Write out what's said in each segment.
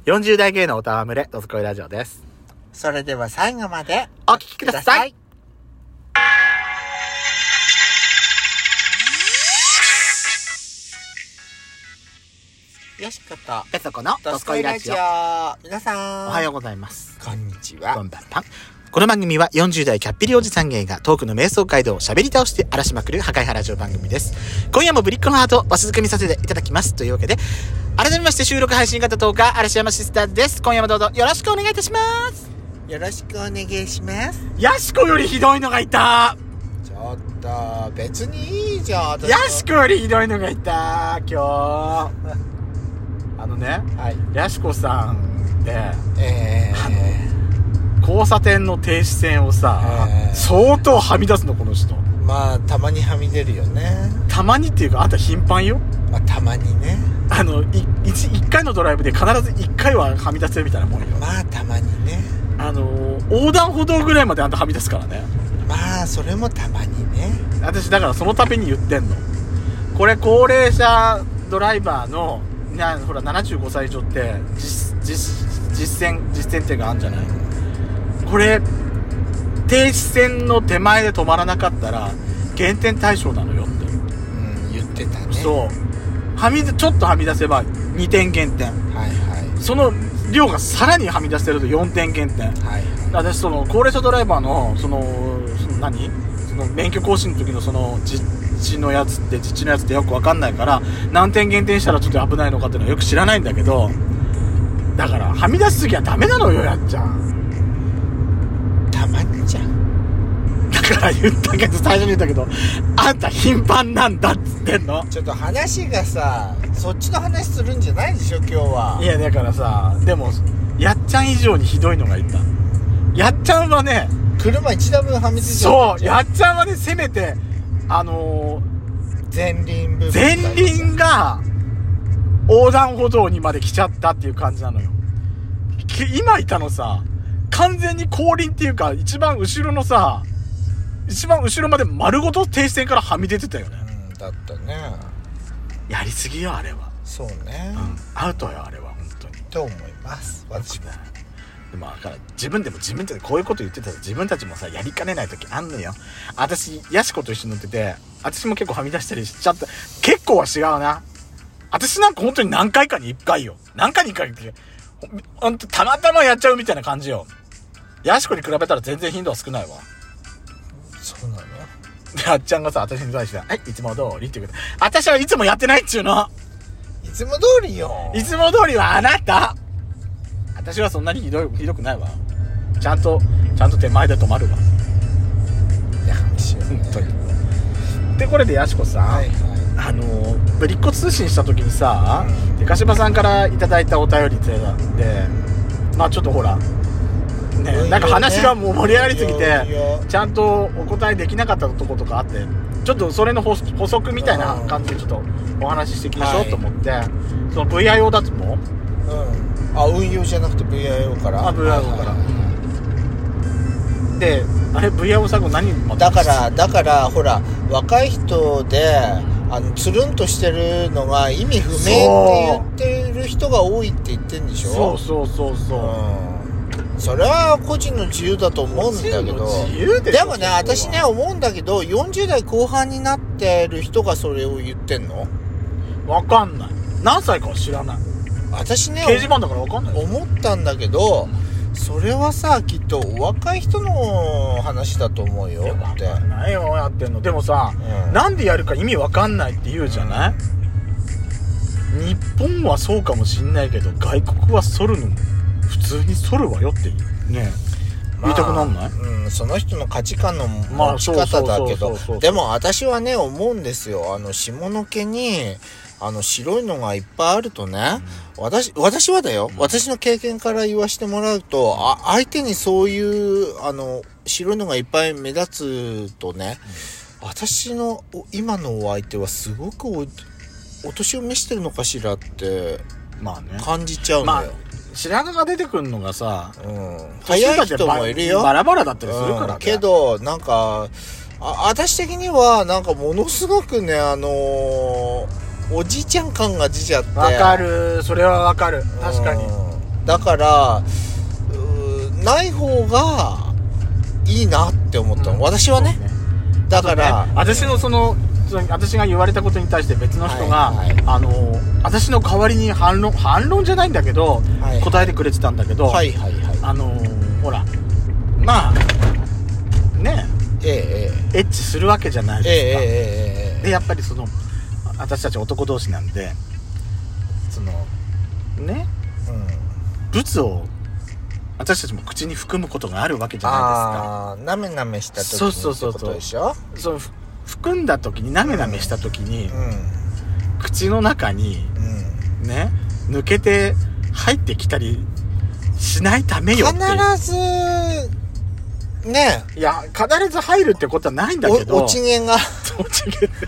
40代芸のおたわむれ、どすこいラジオです。 それでは最後までお聞きください。 よしことペソコのどすこいラジオ。 皆さんおはようございます。 こんにちは。 こんばんは。この番組は40代キャッピリおじさん芸がトークの瞑想街道を喋り倒して荒らしまくる破壊派ラジオ番組です。今夜もぶりっ子のハートをわしづかみさせていただきます。というわけで、改めまして収録配信型トーカー嵐山シスターです。今夜もどうぞよろしくお願いいたします。 よろしくお願いします。 ヤシコよりひどいのがいた。 ちょっと別にいいじゃん。 ヤシコよりひどいのがいた今日。 はい、 ヤシコさんって交差点の停止線をさ、相当はみ出すのこの人。 まあたまにはみ出るよね。 たまにっていうかあんた頻繁よ。 まあたまにね。 1回のドライブで必ず1回ははみ出せるみたいなもんよ。 まあたまにね。 横断歩道ぐらいまであんたはみ出すからね。 まあそれもたまにね。 私だからその度に言ってんの。これ高齢者ドライバーのほら75歳以上って実践点があるんじゃない。これ停止線の手前で止まらなかったら減点対象なのよって、 言ってたね。 そうちょっとはみ出せば2点減点、 はいはい、 その量がさらにはみ出してると4点減点、はい、私その高齢者ドライバーのその免許更新の時のその実地のやつってよくわかんないから何点減点したらちょっと危ないのかっていうのはよく知らないんだけど、だからはみ出しすぎはダメなのよ。やっちゃんたまにじゃん。 だから言ったけど最初に言ったけどあんた頻繁なんだっつってんの。 ちょっと話がさそっちの話するんじゃないでしょ今日は。 いやだからさ、でもやっちゃん以上にひどいのがいた。やっちゃんはね車1台分はみ出ちゃう。 そうやっちゃんはねせめて前輪部分前輪が横断歩道にまで来ちゃったっていう感じなのよ。今いたのさ完全に後輪っていうか一番後ろまで丸ごと停止線からはみ出てたよね。 だったね。 やりすぎよあれは。 そうね、 アウトよあれは本当にと思います私も。 でもだから自分でこういうこと言ってたら自分たちもさやりかねない時あんのよ。私ヤシコと一緒に乗ってて私も結構はみ出したりしちゃった。結構は違うな。私なんか本当に何回かに1回よ。何回に1回って本当たまたまやっちゃうみたいな感じよ。ヤシコに比べたら全然頻度は少ないわ。 そうなの。 であっちゃんがさ私に対してはいいつも通りって言うけど私はいつもやってないっちゅうの。 いつも通りよ。 いつも通りはあなた。私はそんなにひどくないわ。ちゃんと手前で止まるわ。 やかましいよね本当に。でこれでやしこさん、はいはい、ぶりっ子通信した時にさ、でかしばさんからいただいたお便りでまあちょっとほらね、なんか話がもう盛り上がりすぎてちゃんとお答えできなかったとことかあってちょっとそれの補足みたいな感じでちょっとお話ししていきましょうと思って、その VIO 脱毛、 運用じゃなくて VIO から。 VIO から、であれ VIO 最後何だからほら若い人でつるんとしてるのが意味不明って言ってる人が多いって言ってんでしょ。 そう、 それは個人の自由だと思うんだけど、でもね私ね思うんだけど40代後半になってる人がそれを言ってんの。 わかんない。何歳かは知らない。 私ね掲示板だからわかんない。 思ったんだけどそれはさきっとお若い人の話だと思うよ。 わかんないよやってんの。でもさ、なんでやるか意味わかんないって言うじゃない、日本はそうかもしんないけど外国は反るの普通に反るわよってね、言いたくなんない？ その人の価値観の持ち方だけど、でも私はね思うんですよ。下の毛に白いのがいっぱいあるとね、私はだよ、私の経験から言わしてもらうと、相手にそういう白いのがいっぱい目立つとね、私の今のお相手はすごくお年を召してるのかしらって感じちゃうのよ。 白髪が出てくるのがさ、 早い人もいるよ。 バラバラだったりするからね。 けどなんか私的にはなんかものすごくねおじいちゃん感が出ちゃって。 わかる、それはわかる。確かにだからない方がいいなって思ったの、私はね。だから、 私の私が言われたことに対して別の人が、私の代わりに反論じゃないんだけど、答えてくれてたんだけど、ほら、まあね、エッチするわけじゃないですか。でやっぱり私たち男同士なんでね、ブツを私たちも口に含むことがあるわけじゃないですか。 なめなめした時にってことでしょ。 そう含んだ時になめなめした時に、口の中に、ね抜けて入ってきたりしないためよって。 必ずね、 いや必ず入るってことはないんだけど、 落ち毛が落ち毛って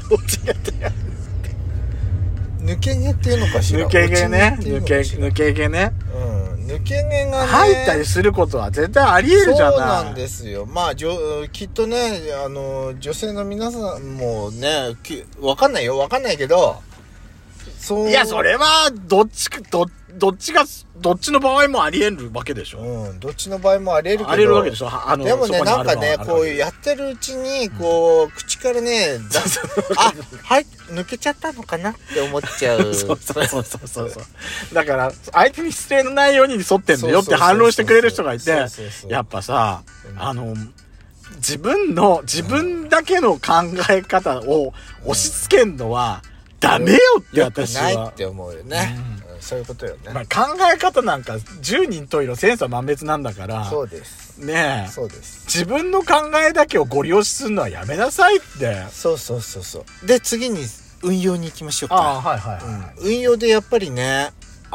抜け毛っていうのかしら。 抜け毛ね、抜け毛ね、 抜け毛がね入ったりすることは絶対あり得るじゃない。 そうなんですよ。まあきっとね、女性の皆さんもね、わかんないけど、 いやそれはどっちの場合もあり得るわけでしょ。 どっちの場合もあり得るけど。 あり得るわけでしょ。 でもね、なんかね、こうやってるうちにこう、口からね、はい抜けちゃったのかなって思っちゃう。 そうだから相手に失礼のないように沿ってんだよって反論してくれる人がいて、やっぱさ、自分だけの考え方を押し付けんのはダメよって私は。 よくないって思うよね。そういうことよね。 まあ、考え方なんか10人十色千差万別なんだから。 そうです。 ねえ。 そうです。 自分の考えだけをご利用しするのはやめなさいって。 そう。で次に運用に行きましょうか。運用でやっぱりね、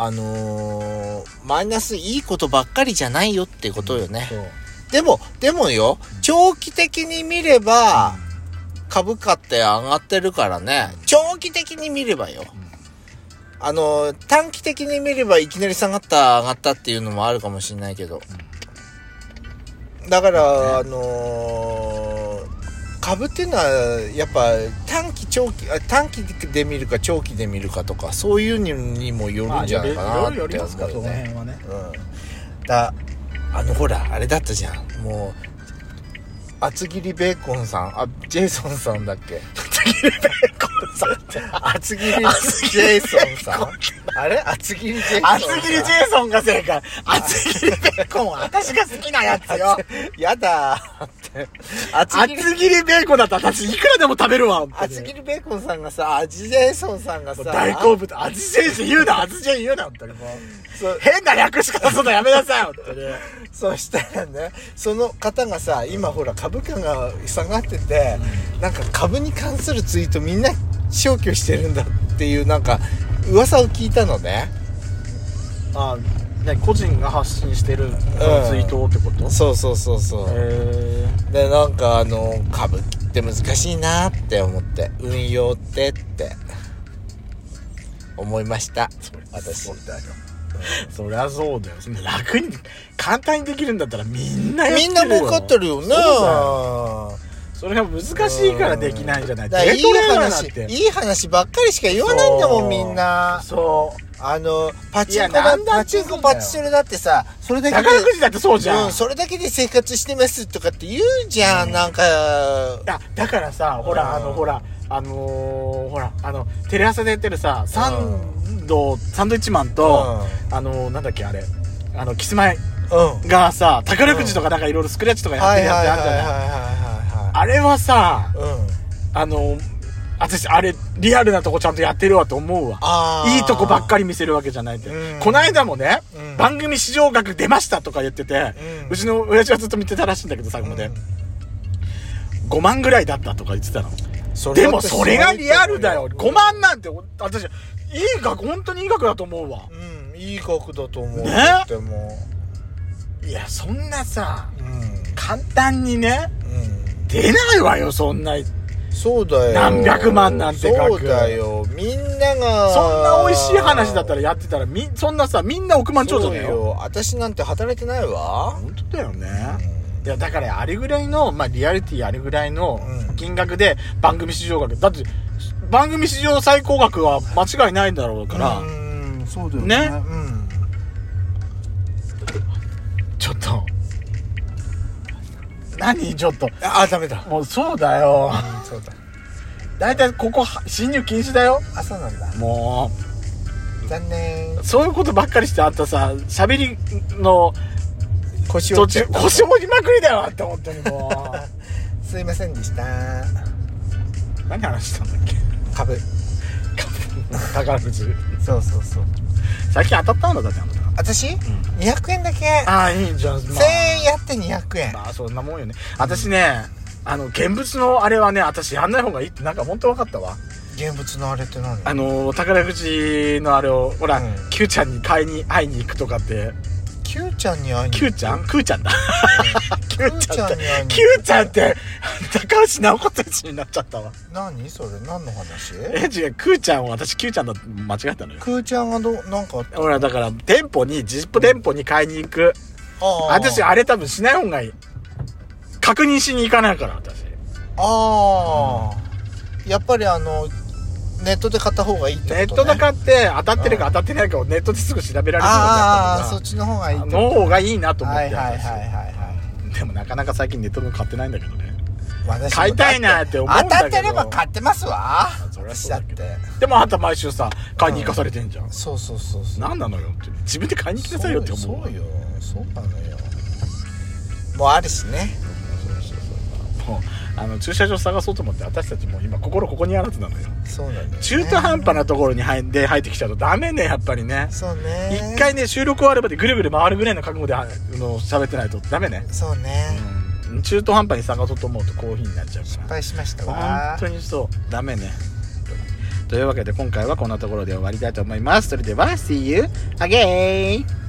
マイナスいいことばっかりじゃないよってことよね。でもよ、長期的に見れば、株価って上がってるからね。長期的に見ればよ。短期的に見ればいきなり上がったっていうのもあるかもしれないけど。だから、株っていうのは、やっぱ短期で見るか長期で見るかとか、そういうにもよるんじゃないかなって思うよね。ほら、あれだったじゃん。もう、厚切りベーコンさん、ジェイソンさんだっけ？ 厚切りベーコンさん。 厚切りジェイソンさん。あれ？厚切りジェイソン。 厚切りジェイソンが正解。厚切りベーコンは私が好きなやつよ。 やだーって。 厚切りベーコンだったら私いくらでも食べるわ。 厚切りベーコンさんがさ、ジェイソンさんがさ、 大好物。厚ジェイソン言うな、厚ジェイ言うな、本当にもう。変な略し方するのやめなさい、本当に。 そしたらね、その方がさ、今ほら株価が下がってて、なんか株に関するツイートみんな消去してるんだっていうなんか噂を聞いたのね。 個人が発信してるツイートってこと？ そう。でなんか株って難しいなって思って、運用って思いました。私。 そうだよ。そりゃそうだよ。そんな楽に簡単にできるんだったらみんなやってるよ。 みんな儲かってるよね。 それが難しいからできないんじゃない。 いい話ばっかりしか言わないんだもんみんな。 そう。 パチンコパチスロだってさ、それだけで宝くじだってそうじゃん。 それだけで生活してますとかって言うじゃん、なんか。 だからさ、ほらテレ朝でやってるさ、サンドイッチマンと、なんだっけあれ、キスマイがさ、宝くじとかなんかいろいろスクラッチとかやってるやつあるじゃない。あれはさ、私あれリアルなとこちゃんとやってるわと思うわ。いいとこばっかり見せるわけじゃないって。この間もね、番組視聴額出ましたとか言ってて、うちの親父はずっと見てたらしいんだけど、最後まで5万ぐらいだったとか言ってたの。でもそれがリアルだよ。5万なんて私いい額、本当にいい額だと思うわ。 いい額だと思う。 ね。でもいや、そんなさ、簡単にね、出ないわよ、そんな。 そうだよ。 何百万なんて額。 そうだよ。みんなが。 そんな美味しい話だったらやってたら、そんなさ、みんな億万長者だよ。 そうよ。私なんて働いてないわ。 本当だよね。いや、だからあれぐらいの、リアリティあれぐらいの金額で番組市場額。だって、番組市場最高額は間違いないんだろうから。 そうだよね。 何ちょっとダメだ。 もうそうだよ、 そうだ。 だいたいここ侵入禁止だよ。 そうなんだ。 も残念。 うそういうことばっかりしてあんたさ喋りの腰途中腰折りまくりだよって本当にもうすいませんでした。 何話したんだっけ。 株宝くじそうそうそう。 最近当たったんだだってあんた。 私、200円だけ。 いいじゃん、 1000円やって200円。 そんなもんよね。私ね、現物のあれはね、私やんない方がいいってなんか本当分かったわ。 現物のあれって何？ 宝くじのあれをほら、Q ちゃんに会いに行くとかって。 Q ちゃんに会いに行く。 Q ちゃん？ Q ちゃんだ。 Q ちゃんに会いに行く。 Q ちゃんって高橋直子たちになっちゃったわ。 何それ？何の話？ 違う、Q ちゃんを私 Q ちゃんだと間違えたのよ。 Q ちゃんがなんかほらだからジップ店舗に買いに行く。私あれ多分しない方がいい。確認しに行かないから私。 やっぱりネットで買った方がいいってことね。 ネットで買って当たってるか当たってないかをネットですぐ調べられるようになったのがそっちの方がいいの方がいいなと思って。 はいでもなかなか最近ネットで買ってないんだけどね。 買いたいなって思うんだけど。 当たってれば買ってますわ。 そりゃそうだけど。でもあんた毎週さ買いに行かされてんじゃん。 そう何なのよって。自分で買いに来なさいよって思う。 そうなのよ。もうあるしね。 もう駐車場探そうと思って私たちも今心ここにあらずなのよ。 そうなんだよね。 中途半端なところに入ってきちゃうとダメね、やっぱりね。 そうね。 一回ね収録終わるまでぐるぐる回るぐらいの覚悟で喋ってないとダメね。 そうね。 中途半端に探そうと思うとコーヒーになっちゃうから。 失敗しましたわ。 本当にそうダメね。というわけで今回はこんなところで終わりたいと思います。それでは See you again!